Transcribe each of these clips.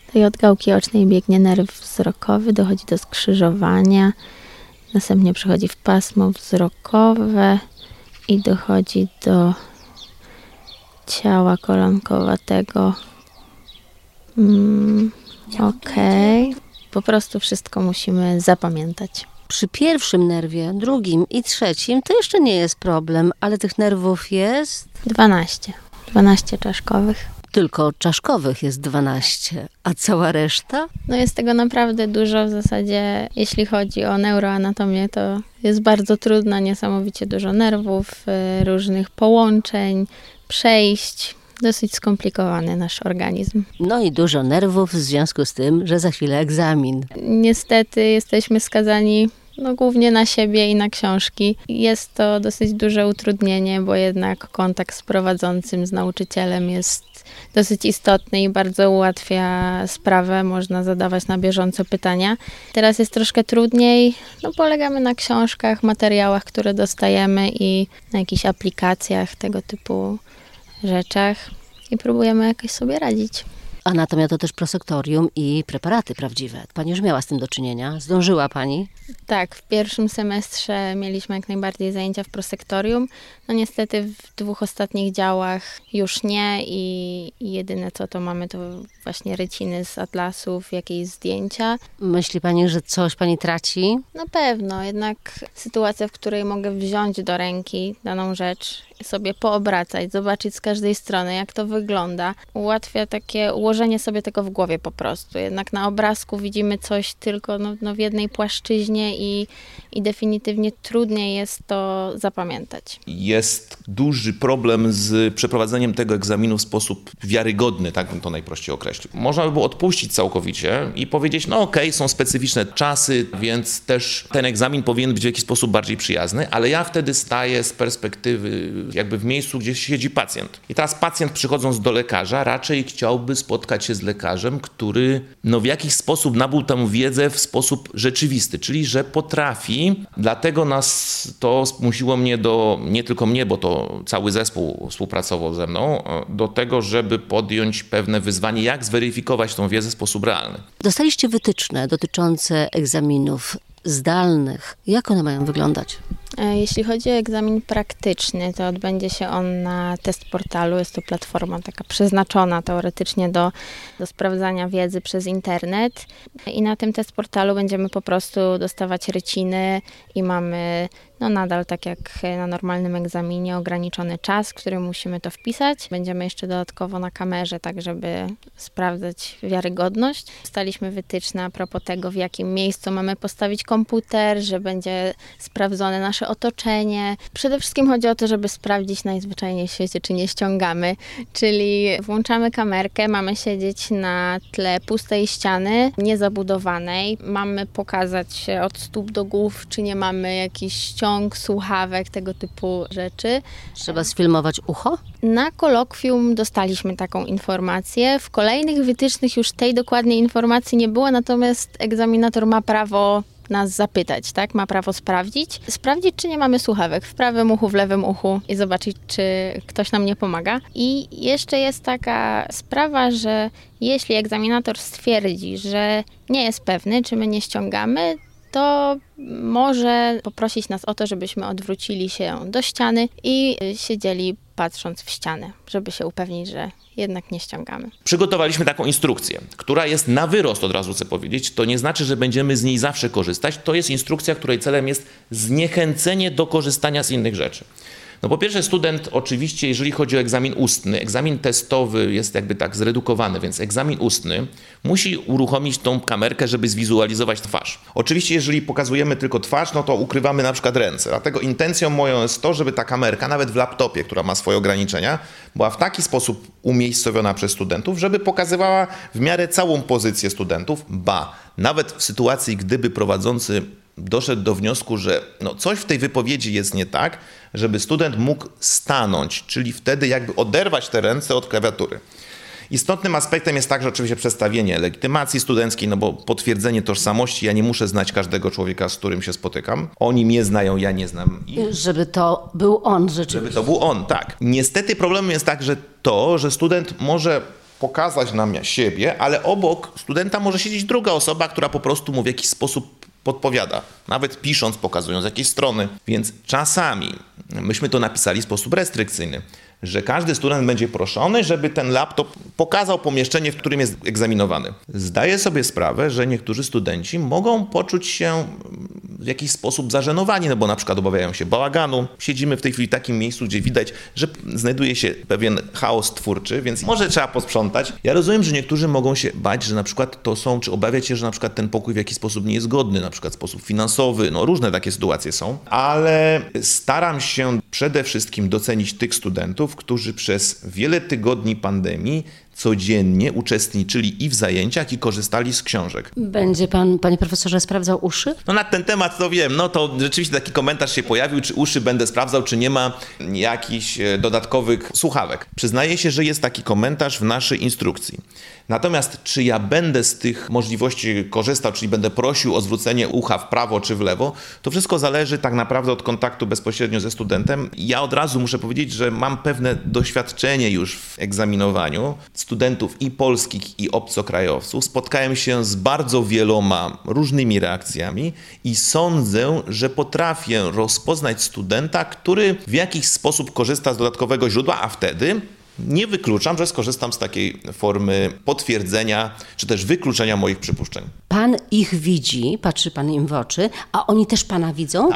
Do tej od gałki ocznej biegnie nerw wzrokowy, dochodzi do skrzyżowania, następnie przechodzi w pasmo wzrokowe i dochodzi do ciała kolankowatego. Okej. Po prostu wszystko musimy zapamiętać. Przy pierwszym nerwie, drugim i trzecim to jeszcze nie jest problem, ale tych nerwów jest... 12 czaszkowych. Tylko czaszkowych jest 12, a cała reszta? No jest tego naprawdę dużo w zasadzie. Jeśli chodzi o neuroanatomię, to jest bardzo trudna, niesamowicie dużo nerwów, różnych połączeń, przejść. Dosyć skomplikowany nasz organizm. No i dużo nerwów w związku z tym, że za chwilę egzamin. Niestety jesteśmy skazani głównie na siebie i na książki. Jest to dosyć duże utrudnienie, bo jednak kontakt z prowadzącym, z nauczycielem jest dosyć istotny i bardzo ułatwia sprawę. Można zadawać na bieżąco pytania. Teraz jest troszkę trudniej. Polegamy na książkach, materiałach, które dostajemy i na jakichś aplikacjach, tego typu rzeczach i próbujemy jakoś sobie radzić. Anatomia to też prosektorium i preparaty prawdziwe. Pani już miała z tym do czynienia? Zdążyła pani? Tak, w pierwszym semestrze mieliśmy jak najbardziej zajęcia w prosektorium. Niestety w 2 ostatnich działach już nie i jedyne co to mamy to właśnie ryciny z atlasów, jakieś zdjęcia. Myśli pani, że coś pani traci? Na pewno, jednak sytuacja, w której mogę wziąć do ręki daną rzecz, sobie poobracać, zobaczyć z każdej strony, jak to wygląda, ułatwia takie ułożenie sobie tego w głowie po prostu. Jednak na obrazku widzimy coś tylko w jednej płaszczyźnie i definitywnie trudniej jest to zapamiętać. Jest duży problem z przeprowadzeniem tego egzaminu w sposób wiarygodny, tak bym to najprościej określił. Można by było odpuścić całkowicie i powiedzieć, są specyficzne czasy, więc też ten egzamin powinien być w jakiś sposób bardziej przyjazny, ale ja wtedy staję z perspektywy jakby w miejscu, gdzie siedzi pacjent. I teraz pacjent przychodząc do lekarza raczej chciałby spotkać się z lekarzem, który w jakiś sposób nabył tę wiedzę w sposób rzeczywisty, czyli że potrafi. Dlatego nas to zmusiło mnie nie tylko mnie, bo to cały zespół współpracował ze mną, do tego, żeby podjąć pewne wyzwanie, jak zweryfikować tą wiedzę w sposób realny. Dostaliście wytyczne dotyczące egzaminów zdalnych. Jak one mają wyglądać? Jeśli chodzi o egzamin praktyczny, to odbędzie się on na test portalu. Jest to platforma taka przeznaczona teoretycznie do sprawdzania wiedzy przez internet. I na tym test portalu będziemy po prostu dostawać ryciny i mamy nadal, tak jak na normalnym egzaminie, ograniczony czas, w którym musimy to wpisać. Będziemy jeszcze dodatkowo na kamerze, tak żeby sprawdzać wiarygodność. Dostaliśmy wytyczne a propos tego, w jakim miejscu mamy postawić komputer, że będzie sprawdzone nasze otoczenie. Przede wszystkim chodzi o to, żeby sprawdzić najzwyczajniej w świecie, czy nie ściągamy. Czyli włączamy kamerkę, mamy siedzieć na tle pustej ściany, niezabudowanej. Mamy pokazać od stóp do głów, czy nie mamy jakichś ściąg, słuchawek, tego typu rzeczy. Trzeba sfilmować ucho? Na kolokwium dostaliśmy taką informację. W kolejnych wytycznych już tej dokładnej informacji nie było, natomiast egzaminator ma prawo nas zapytać, tak? Ma prawo sprawdzić, czy nie mamy słuchawek w prawym uchu, w lewym uchu i zobaczyć, czy ktoś nam nie pomaga. I jeszcze jest taka sprawa, że jeśli egzaminator stwierdzi, że nie jest pewny, czy my nie ściągamy, to może poprosić nas o to, żebyśmy odwrócili się do ściany i siedzieli patrząc w ścianę, żeby się upewnić, że jednak nie ściągamy. Przygotowaliśmy taką instrukcję, która jest na wyrost, od razu chcę powiedzieć. To nie znaczy, że będziemy z niej zawsze korzystać. To jest instrukcja, której celem jest zniechęcenie do korzystania z innych rzeczy. Po pierwsze student oczywiście, jeżeli chodzi o egzamin ustny, egzamin testowy jest jakby tak zredukowany, więc egzamin ustny musi uruchomić tą kamerkę, żeby zwizualizować twarz. Oczywiście jeżeli pokazujemy tylko twarz, to ukrywamy na przykład ręce. Dlatego intencją moją jest to, żeby ta kamerka, nawet w laptopie, która ma swoje ograniczenia, była w taki sposób umiejscowiona przez studentów, żeby pokazywała w miarę całą pozycję studentów, nawet w sytuacji, gdyby prowadzący doszedł do wniosku, że coś w tej wypowiedzi jest nie tak, żeby student mógł stanąć, czyli wtedy jakby oderwać te ręce od klawiatury. Istotnym aspektem jest także oczywiście przedstawienie legitymacji studenckiej, bo potwierdzenie tożsamości. Ja nie muszę znać każdego człowieka, z którym się spotykam. Oni mnie znają, ja nie znam ich. Żeby to był on rzeczywiście. Żeby to był on, tak. Niestety problemem jest także to, że student może pokazać nam siebie, ale obok studenta może siedzieć druga osoba, która po prostu mu w jakiś sposób podpowiada, nawet pisząc, pokazując jakieś strony. Więc czasami myśmy to napisali w sposób restrykcyjny, że każdy student będzie proszony, żeby ten laptop pokazał pomieszczenie, w którym jest egzaminowany. Zdaję sobie sprawę, że niektórzy studenci mogą poczuć się w jakiś sposób zażenowani, no bo na przykład obawiają się bałaganu. Siedzimy w tej chwili w takim miejscu, gdzie widać, że znajduje się pewien chaos twórczy, więc może trzeba posprzątać. Ja rozumiem, że niektórzy mogą się bać, że na przykład to są, czy obawiać się, że na przykład ten pokój w jakiś sposób nie jest godny, na przykład sposób finansowy, no różne takie sytuacje są, ale staram się przede wszystkim docenić tych studentów, którzy przez wiele tygodni pandemii codziennie uczestniczyli i w zajęciach, i korzystali z książek. Będzie pan, panie profesorze, sprawdzał uszy? No na ten temat to wiem, no to rzeczywiście taki komentarz się pojawił, czy uszy będę sprawdzał, czy nie ma jakichś dodatkowych słuchawek. Przyznaję się, że jest taki komentarz w naszej instrukcji. Natomiast czy ja będę z tych możliwości korzystał, czyli będę prosił o zwrócenie ucha w prawo czy w lewo, to wszystko zależy tak naprawdę od kontaktu bezpośrednio ze studentem. Ja od razu muszę powiedzieć, że mam pewne doświadczenie już w egzaminowaniu studentów i polskich, i obcokrajowców. Spotkałem się z bardzo wieloma różnymi reakcjami i sądzę, że potrafię rozpoznać studenta, który w jakiś sposób korzysta z dodatkowego źródła, a wtedy nie wykluczam, że skorzystam z takiej formy potwierdzenia, czy też wykluczenia moich przypuszczeń. Pan ich widzi, patrzy pan im w oczy, a oni też pana widzą?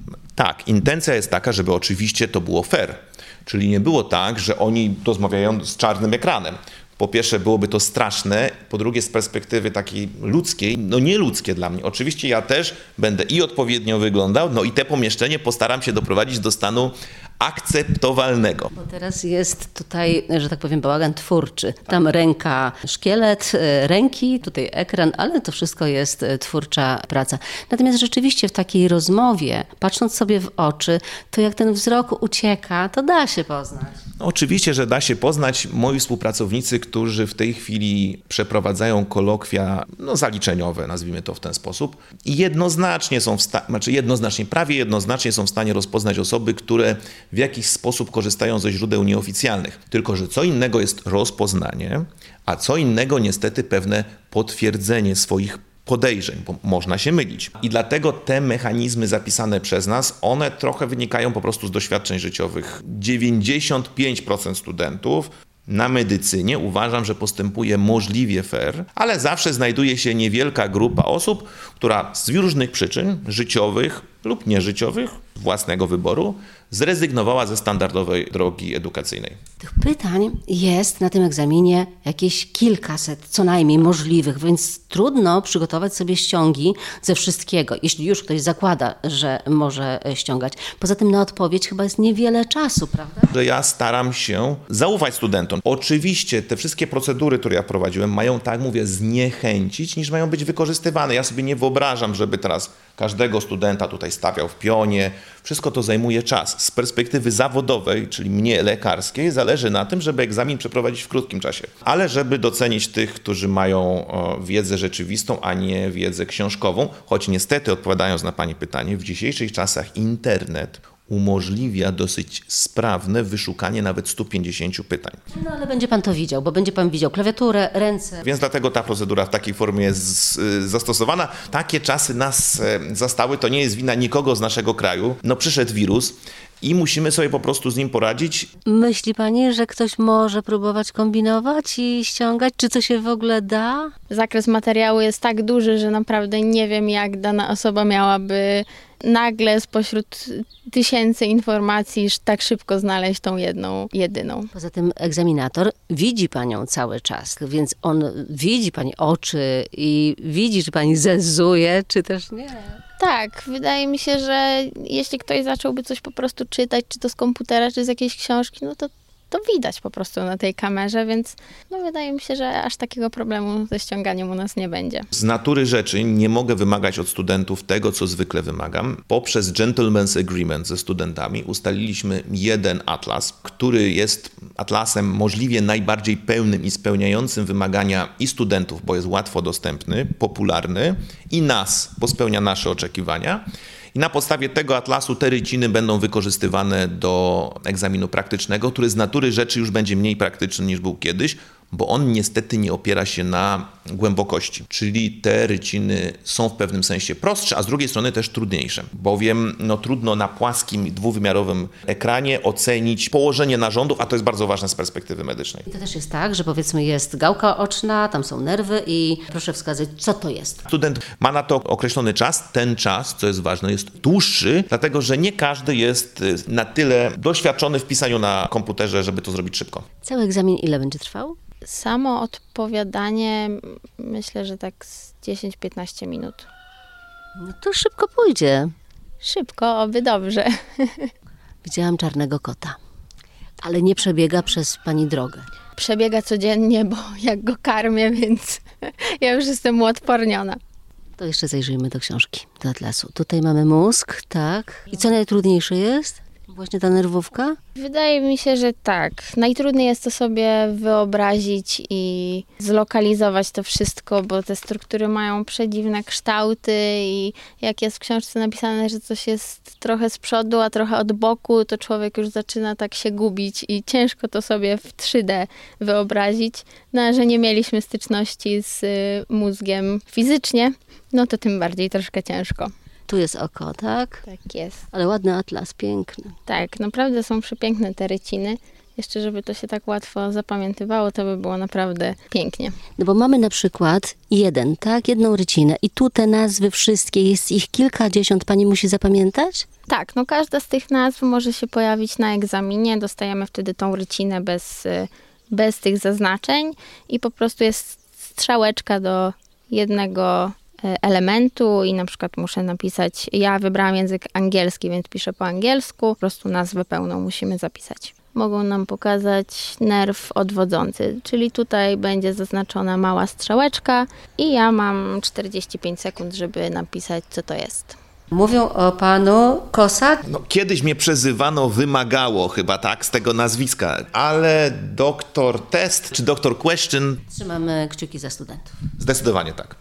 Tak, intencja jest taka, żeby oczywiście to było fair. Czyli nie było tak, że oni rozmawiają z czarnym ekranem. Po pierwsze, byłoby to straszne, po drugie, z perspektywy takiej ludzkiej, no nieludzkie dla mnie. Oczywiście ja też będę i odpowiednio wyglądał, no i te pomieszczenie postaram się doprowadzić do stanu akceptowalnego. Bo teraz jest tutaj, że tak powiem, bałagan twórczy. Tam ręka, szkielet ręki, tutaj ekran, ale to wszystko jest twórcza praca. Natomiast rzeczywiście w takiej rozmowie, patrząc sobie w oczy, to jak ten wzrok ucieka, to da się poznać. No, oczywiście, że da się poznać. Moi współpracownicy, którzy w tej chwili przeprowadzają kolokwia zaliczeniowe, nazwijmy to w ten sposób, i jednoznacznie są prawie jednoznacznie są w stanie rozpoznać osoby, które w jakiś sposób korzystają ze źródeł nieoficjalnych. Tylko że co innego jest rozpoznanie, a co innego niestety pewne potwierdzenie swoich podejrzeń, bo można się mylić. I dlatego te mechanizmy zapisane przez nas, one trochę wynikają po prostu z doświadczeń życiowych. 95% studentów na medycynie uważam, że postępuje możliwie fair, ale zawsze znajduje się niewielka grupa osób, która z różnych przyczyn życiowych lub nieżyciowych, własnego wyboru, zrezygnowała ze standardowej drogi edukacyjnej. Tych pytań jest na tym egzaminie jakieś kilkaset, co najmniej możliwych, więc trudno przygotować sobie ściągi ze wszystkiego, jeśli już ktoś zakłada, że może ściągać. Poza tym na odpowiedź chyba jest niewiele czasu, prawda? Że ja staram się zaufać studentom. Oczywiście te wszystkie procedury, które ja prowadziłem, mają, tak mówię, zniechęcić, niż mają być wykorzystywane. Ja sobie nie wyobrażam, żeby teraz każdego studenta tutaj stawiał w pionie. Wszystko to zajmuje czas. Z perspektywy zawodowej, czyli mnie lekarskiej, zależy na tym, żeby egzamin przeprowadzić w krótkim czasie. Ale żeby docenić tych, którzy mają wiedzę rzeczywistą, a nie wiedzę książkową, choć niestety, odpowiadając na pani pytanie, w dzisiejszych czasach internet umożliwia dosyć sprawne wyszukanie nawet 150 pytań. No ale będzie pan to widział, bo będzie pan widział klawiaturę, ręce. Więc dlatego ta procedura w takiej formie jest zastosowana. Takie czasy nas zastały, to nie jest wina nikogo z naszego kraju. No przyszedł wirus i musimy sobie po prostu z nim poradzić. Myśli pani, że ktoś może próbować kombinować i ściągać? Czy to się w ogóle da? Zakres materiału jest tak duży, że naprawdę nie wiem, jak dana osoba miałaby nagle spośród tysięcy informacji tak szybko znaleźć tą jedną, jedyną. Poza tym egzaminator widzi panią cały czas, więc on widzi pani oczy i widzi, czy pani zezuje, czy też nie. Tak, wydaje mi się, że jeśli ktoś zacząłby coś po prostu czytać, czy to z komputera, czy z jakiejś książki, no to widać po prostu na tej kamerze, więc wydaje mi się, że aż takiego problemu ze ściąganiem u nas nie będzie. Z natury rzeczy nie mogę wymagać od studentów tego, co zwykle wymagam. Poprzez Gentleman's Agreement ze studentami ustaliliśmy jeden atlas, który jest atlasem możliwie najbardziej pełnym i spełniającym wymagania i studentów, bo jest łatwo dostępny, popularny, i nas, bo spełnia nasze oczekiwania. I na podstawie tego atlasu te ryciny będą wykorzystywane do egzaminu praktycznego, który z natury rzeczy już będzie mniej praktyczny niż był kiedyś, bo on niestety nie opiera się na głębokości, czyli te ryciny są w pewnym sensie prostsze, a z drugiej strony też trudniejsze, bowiem trudno na płaskim, dwuwymiarowym ekranie ocenić położenie narządów, a to jest bardzo ważne z perspektywy medycznej. I to też jest tak, że powiedzmy jest gałka oczna, tam są nerwy i proszę wskazać, co to jest. Student ma na to określony czas. Ten czas, co jest ważne, jest dłuższy, dlatego że nie każdy jest na tyle doświadczony w pisaniu na komputerze, żeby to zrobić szybko. Cały egzamin ile będzie trwał? Samo odpowiadanie myślę, że tak z 10-15 minut. No to szybko pójdzie. Szybko, oby dobrze. Widziałam czarnego kota, ale nie przebiega przez pani drogę. Przebiega codziennie, bo jak go karmię, więc ja już jestem uodporniona. To jeszcze zajrzyjmy do książki, do atlasu. Tutaj mamy mózg, tak. I co najtrudniejsze jest? Właśnie ta nerwówka? Wydaje mi się, że tak. Najtrudniej jest to sobie wyobrazić i zlokalizować to wszystko, bo te struktury mają przedziwne kształty i jak jest w książce napisane, że coś jest trochę z przodu, a trochę od boku, to człowiek już zaczyna tak się gubić i ciężko to sobie w 3D wyobrazić. No a że nie mieliśmy styczności z mózgiem fizycznie, no to tym bardziej troszkę ciężko. Tu jest oko, tak? Tak jest. Ale ładny atlas, piękny. Tak, naprawdę są przepiękne te ryciny. Jeszcze żeby to się tak łatwo zapamiętywało, to by było naprawdę pięknie. No bo mamy na przykład jedną rycinę i tu te nazwy wszystkie, jest ich kilkadziesiąt, pani musi zapamiętać? Tak, no każda z tych nazw może się pojawić na egzaminie. Dostajemy wtedy tą rycinę bez tych zaznaczeń i po prostu jest strzałeczka do jednego elementu i na przykład muszę napisać, ja wybrałam język angielski, więc piszę po angielsku, po prostu nazwę pełną musimy zapisać. Mogą nam pokazać nerw odwodzący, czyli tutaj będzie zaznaczona mała strzałeczka i ja mam 45 sekund, żeby napisać, co to jest. Mówią o panu Kosak? Kiedyś mnie przezywano Wymagało chyba tak z tego nazwiska, ale doktor Test czy doktor Question Trzymamy kciuki za studentów. zdecydowanie tak.